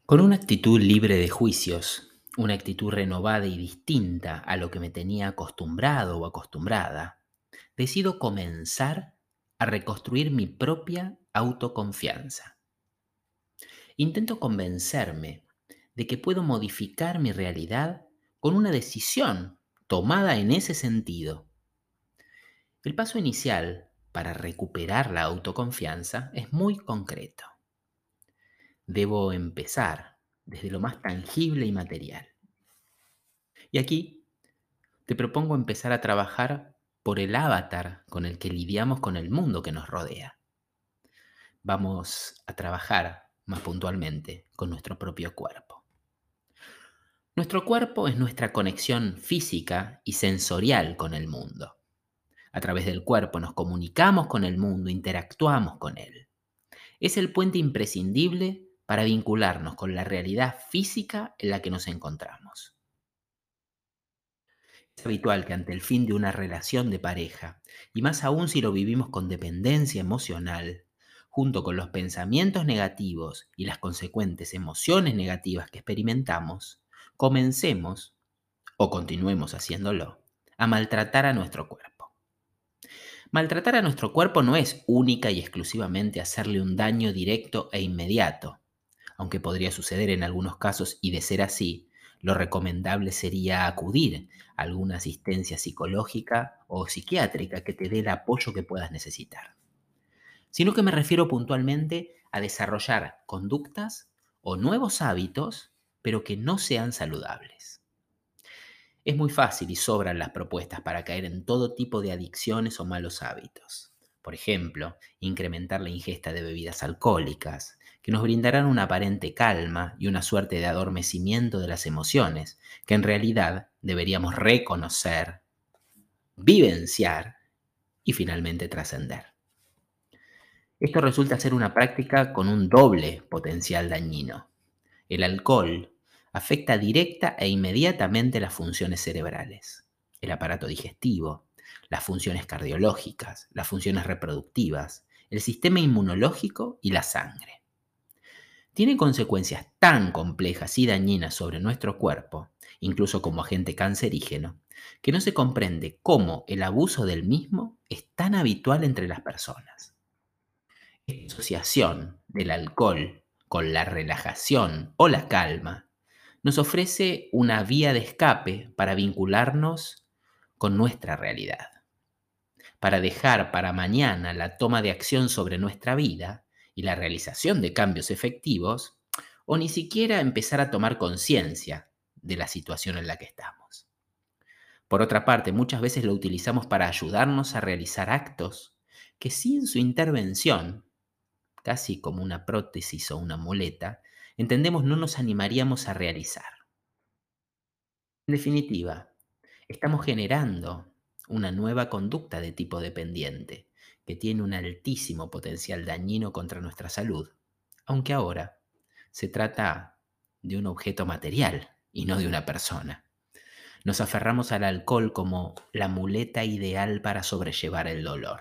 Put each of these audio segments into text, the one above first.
Con una actitud libre de juicios, una actitud renovada y distinta a lo que me tenía acostumbrado o acostumbrada, decido comenzar a reconstruir mi propia autoconfianza. Intento convencerme de que puedo modificar mi realidad con una decisión tomada en ese sentido. El paso inicial para recuperar la autoconfianza es muy concreto. Debo empezar desde lo más tangible y material. Y aquí te propongo empezar a trabajar por el avatar con el que lidiamos con el mundo que nos rodea. Vamos a trabajar más puntualmente con nuestro propio cuerpo. Nuestro cuerpo es nuestra conexión física y sensorial con el mundo. A través del cuerpo nos comunicamos con el mundo, interactuamos con él. Es el puente imprescindible para vincularnos con la realidad física en la que nos encontramos. Es habitual que ante el fin de una relación de pareja, y más aún si lo vivimos con dependencia emocional, junto con los pensamientos negativos y las consecuentes emociones negativas que experimentamos, comencemos, o continuemos haciéndolo, a maltratar a nuestro cuerpo. Maltratar a nuestro cuerpo no es única y exclusivamente hacerle un daño directo e inmediato, aunque podría suceder en algunos casos y de ser así, lo recomendable sería acudir a alguna asistencia psicológica o psiquiátrica que te dé el apoyo que puedas necesitar. Sino que me refiero puntualmente a desarrollar conductas o nuevos hábitos, pero que no sean saludables. Es muy fácil y sobran las propuestas para caer en todo tipo de adicciones o malos hábitos. Por ejemplo, incrementar la ingesta de bebidas alcohólicas, que nos brindarán una aparente calma y una suerte de adormecimiento de las emociones, que en realidad deberíamos reconocer, vivenciar y finalmente trascender. Esto resulta ser una práctica con un doble potencial dañino. El alcohol afecta directa e inmediatamente las funciones cerebrales, el aparato digestivo, las funciones cardiológicas, las funciones reproductivas, el sistema inmunológico y la sangre. Tiene consecuencias tan complejas y dañinas sobre nuestro cuerpo, incluso como agente cancerígeno, que no se comprende cómo el abuso del mismo es tan habitual entre las personas. Esta asociación del alcohol con la relajación o la calma nos ofrece una vía de escape para vincularnos con nuestra realidad, para dejar para mañana la toma de acción sobre nuestra vida y la realización de cambios efectivos, o ni siquiera empezar a tomar conciencia de la situación en la que estamos. Por otra parte, muchas veces lo utilizamos para ayudarnos a realizar actos que sin su intervención, casi como una prótesis o una muleta, entendemos no nos animaríamos a realizar. En definitiva, estamos generando una nueva conducta de tipo dependiente que tiene un altísimo potencial dañino contra nuestra salud, aunque ahora se trata de un objeto material y no de una persona. Nos aferramos al alcohol como la muleta ideal para sobrellevar el dolor.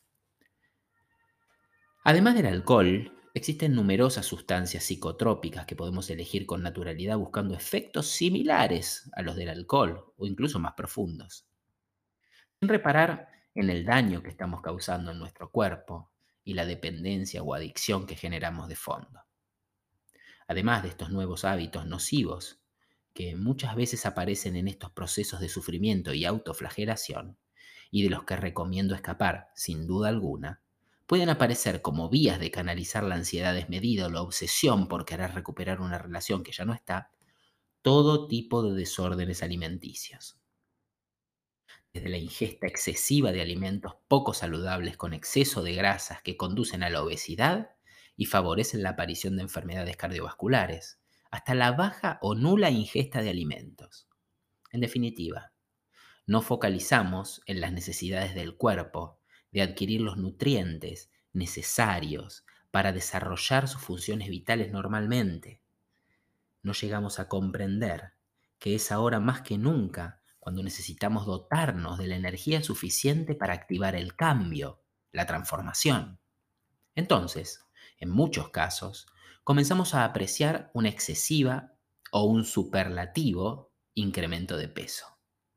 Además del alcohol, existen numerosas sustancias psicotrópicas que podemos elegir con naturalidad buscando efectos similares a los del alcohol o incluso más profundos, sin reparar en el daño que estamos causando en nuestro cuerpo y la dependencia o adicción que generamos de fondo. Además de estos nuevos hábitos nocivos, que muchas veces aparecen en estos procesos de sufrimiento y autoflagelación, y de los que recomiendo escapar sin duda alguna, pueden aparecer como vías de canalizar la ansiedad desmedida o la obsesión por querer recuperar una relación que ya no está, todo tipo de desórdenes alimenticios. Desde la ingesta excesiva de alimentos poco saludables con exceso de grasas que conducen a la obesidad y favorecen la aparición de enfermedades cardiovasculares, hasta la baja o nula ingesta de alimentos. En definitiva, no focalizamos en las necesidades del cuerpo de adquirir los nutrientes necesarios para desarrollar sus funciones vitales normalmente. No llegamos a comprender que es ahora más que nunca cuando necesitamos dotarnos de la energía suficiente para activar el cambio, la transformación. Entonces, en muchos casos, comenzamos a apreciar una excesiva o un superlativo incremento de peso.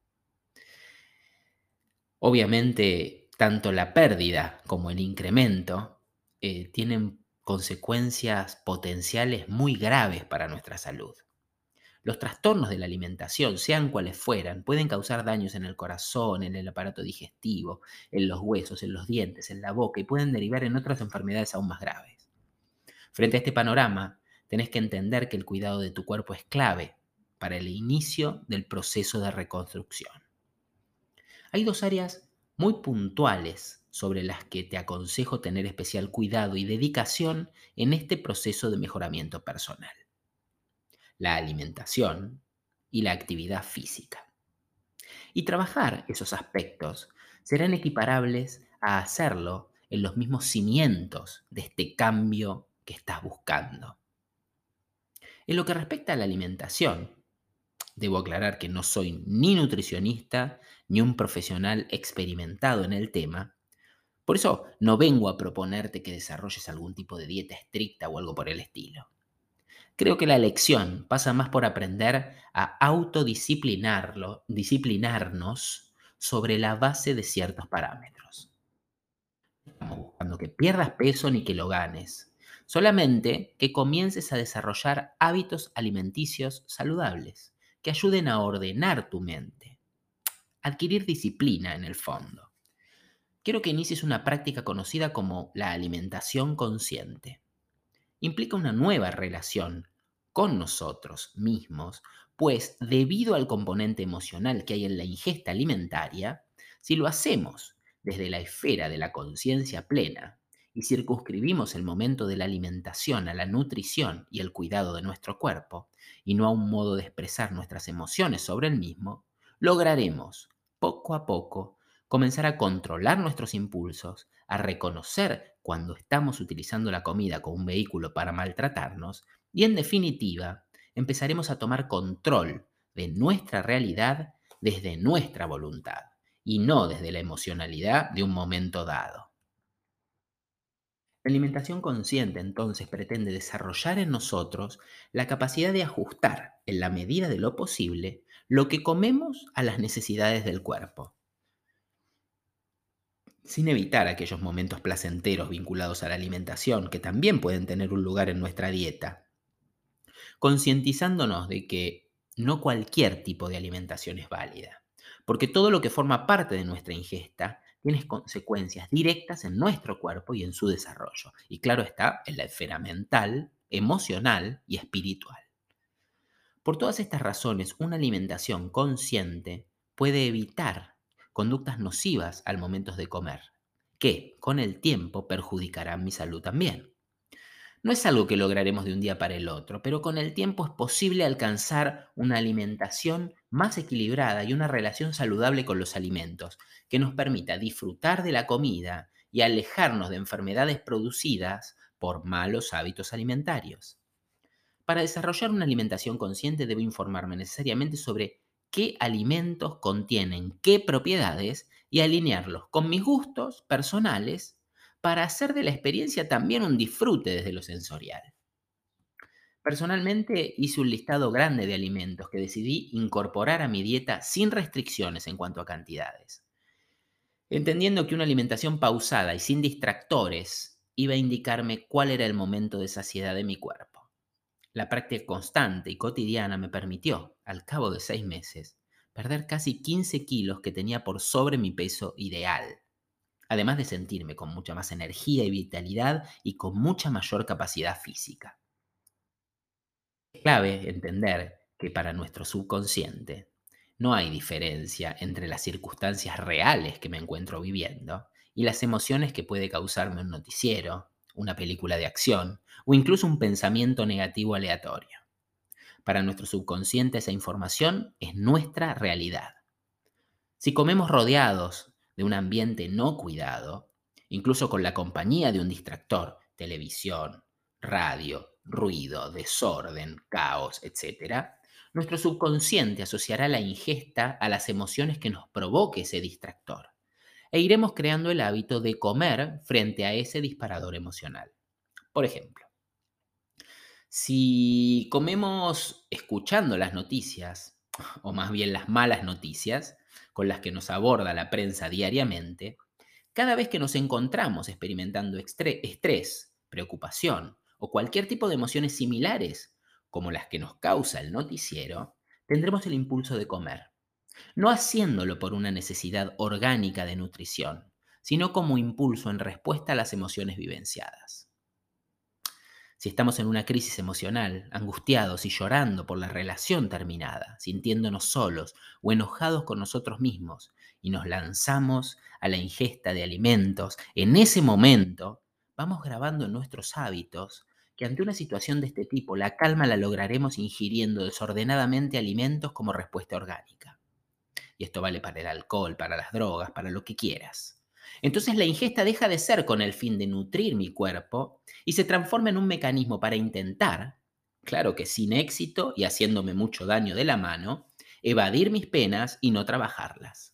Obviamente, tanto la pérdida como el incremento tienen consecuencias potenciales muy graves para nuestra salud. Los trastornos de la alimentación, sean cuales fueran, pueden causar daños en el corazón, en el aparato digestivo, en los huesos, en los dientes, en la boca y pueden derivar en otras enfermedades aún más graves. Frente a este panorama, tenés que entender que el cuidado de tu cuerpo es clave para el inicio del proceso de reconstrucción. Hay dos áreas muy puntuales sobre las que te aconsejo tener especial cuidado y dedicación en este proceso de mejoramiento personal: la alimentación y la actividad física. Y trabajar esos aspectos serán equiparables a hacerlo en los mismos cimientos de este cambio que estás buscando. En lo que respecta a la alimentación, debo aclarar que no soy ni nutricionista ni un profesional experimentado en el tema. Por eso no vengo a proponerte que desarrolles algún tipo de dieta estricta o algo por el estilo. Creo que la lección pasa más por aprender a disciplinarnos sobre la base de ciertos parámetros. No estamos buscando que pierdas peso ni que lo ganes, solamente que comiences a desarrollar hábitos alimenticios saludables que ayuden a ordenar tu mente, adquirir disciplina en el fondo. Quiero que inicies una práctica conocida como la alimentación consciente. Implica una nueva relación con nosotros mismos, pues debido al componente emocional que hay en la ingesta alimentaria, si lo hacemos desde la esfera de la conciencia plena y circunscribimos el momento de la alimentación a la nutrición y el cuidado de nuestro cuerpo, y no a un modo de expresar nuestras emociones sobre el mismo, lograremos, poco a poco, comenzar a controlar nuestros impulsos, a reconocer cuando estamos utilizando la comida como un vehículo para maltratarnos y, en definitiva, empezaremos a tomar control de nuestra realidad desde nuestra voluntad y no desde la emocionalidad de un momento dado. La alimentación consciente entonces pretende desarrollar en nosotros la capacidad de ajustar, en la medida de lo posible, lo que comemos a las necesidades del cuerpo, sin evitar aquellos momentos placenteros vinculados a la alimentación que también pueden tener un lugar en nuestra dieta, concientizándonos de que no cualquier tipo de alimentación es válida, porque todo lo que forma parte de nuestra ingesta tiene consecuencias directas en nuestro cuerpo y en su desarrollo, y claro está, en la esfera mental, emocional y espiritual. Por todas estas razones, una alimentación consciente puede evitar conductas nocivas al momento de comer, que con el tiempo perjudicarán mi salud también. No es algo que lograremos de un día para el otro, pero con el tiempo es posible alcanzar una alimentación más equilibrada y una relación saludable con los alimentos, que nos permita disfrutar de la comida y alejarnos de enfermedades producidas por malos hábitos alimentarios. Para desarrollar una alimentación consciente debo informarme necesariamente sobre qué alimentos contienen qué propiedades y alinearlos con mis gustos personales para hacer de la experiencia también un disfrute desde lo sensorial. Personalmente hice un listado grande de alimentos que decidí incorporar a mi dieta sin restricciones en cuanto a cantidades, entendiendo que una alimentación pausada y sin distractores iba a indicarme cuál era el momento de saciedad de mi cuerpo. La práctica constante y cotidiana me permitió, al cabo de 6 meses, perder casi 15 kilos que tenía por sobre mi peso ideal, además de sentirme con mucha más energía y vitalidad y con mucha mayor capacidad física. Es clave entender que para nuestro subconsciente no hay diferencia entre las circunstancias reales que me encuentro viviendo y las emociones que puede causarme un noticiero, una película de acción o incluso un pensamiento negativo aleatorio. Para nuestro subconsciente esa información es nuestra realidad. Si comemos rodeados de un ambiente no cuidado, incluso con la compañía de un distractor, televisión, radio, ruido, desorden, caos, etc., nuestro subconsciente asociará la ingesta a las emociones que nos provoque ese distractor e iremos creando el hábito de comer frente a ese disparador emocional. Por ejemplo, Si comemos escuchando las noticias, o más bien las malas noticias, con las que nos aborda la prensa diariamente, cada vez que nos encontramos experimentando estrés, preocupación o cualquier tipo de emociones similares, como las que nos causa el noticiero, tendremos el impulso de comer, no haciéndolo por una necesidad orgánica de nutrición, sino como impulso en respuesta a las emociones vivenciadas. Si estamos en una crisis emocional, angustiados y llorando por la relación terminada, sintiéndonos solos o enojados con nosotros mismos, y nos lanzamos a la ingesta de alimentos, en ese momento vamos grabando en nuestros hábitos que ante una situación de este tipo, la calma la lograremos ingiriendo desordenadamente alimentos como respuesta orgánica. Y esto vale para el alcohol, para las drogas, para lo que quieras. Entonces la ingesta deja de ser con el fin de nutrir mi cuerpo y se transforma en un mecanismo para intentar, claro que sin éxito y haciéndome mucho daño de la mano, evadir mis penas y no trabajarlas.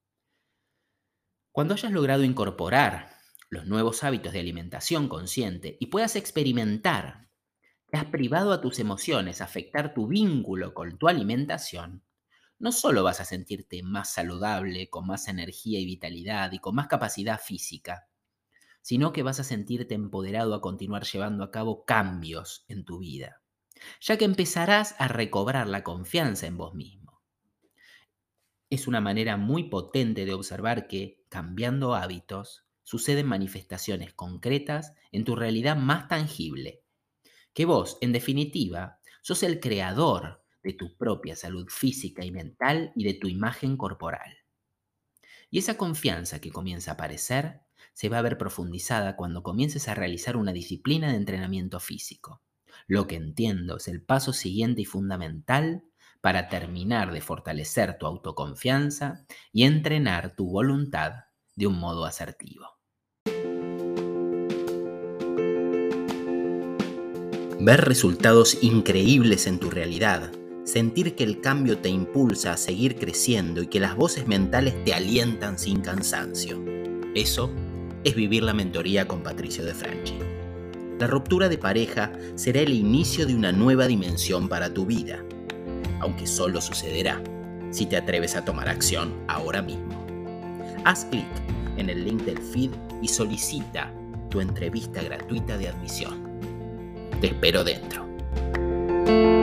Cuando hayas logrado incorporar los nuevos hábitos de alimentación consciente y puedas experimentar que has privado a tus emociones afectar tu vínculo con tu alimentación, no solo vas a sentirte más saludable, con más energía y vitalidad y con más capacidad física, sino que vas a sentirte empoderado a continuar llevando a cabo cambios en tu vida, ya que empezarás a recobrar la confianza en vos mismo. Es una manera muy potente de observar que, cambiando hábitos, suceden manifestaciones concretas en tu realidad más tangible, que vos, en definitiva, sos el creador de tu propia salud física y mental y de tu imagen corporal. Y esa confianza que comienza a aparecer se va a ver profundizada cuando comiences a realizar una disciplina de entrenamiento físico. Lo que entiendo es el paso siguiente y fundamental para terminar de fortalecer tu autoconfianza y entrenar tu voluntad de un modo asertivo. Ver resultados increíbles en tu realidad, sentir que el cambio te impulsa a seguir creciendo y que las voces mentales te alientan sin cansancio. Eso es vivir la mentoría con Patricio De Franchi. La ruptura de pareja será el inicio de una nueva dimensión para tu vida, aunque solo sucederá si te atreves a tomar acción ahora mismo. Haz clic en el link del feed y solicita tu entrevista gratuita de admisión. Te espero dentro.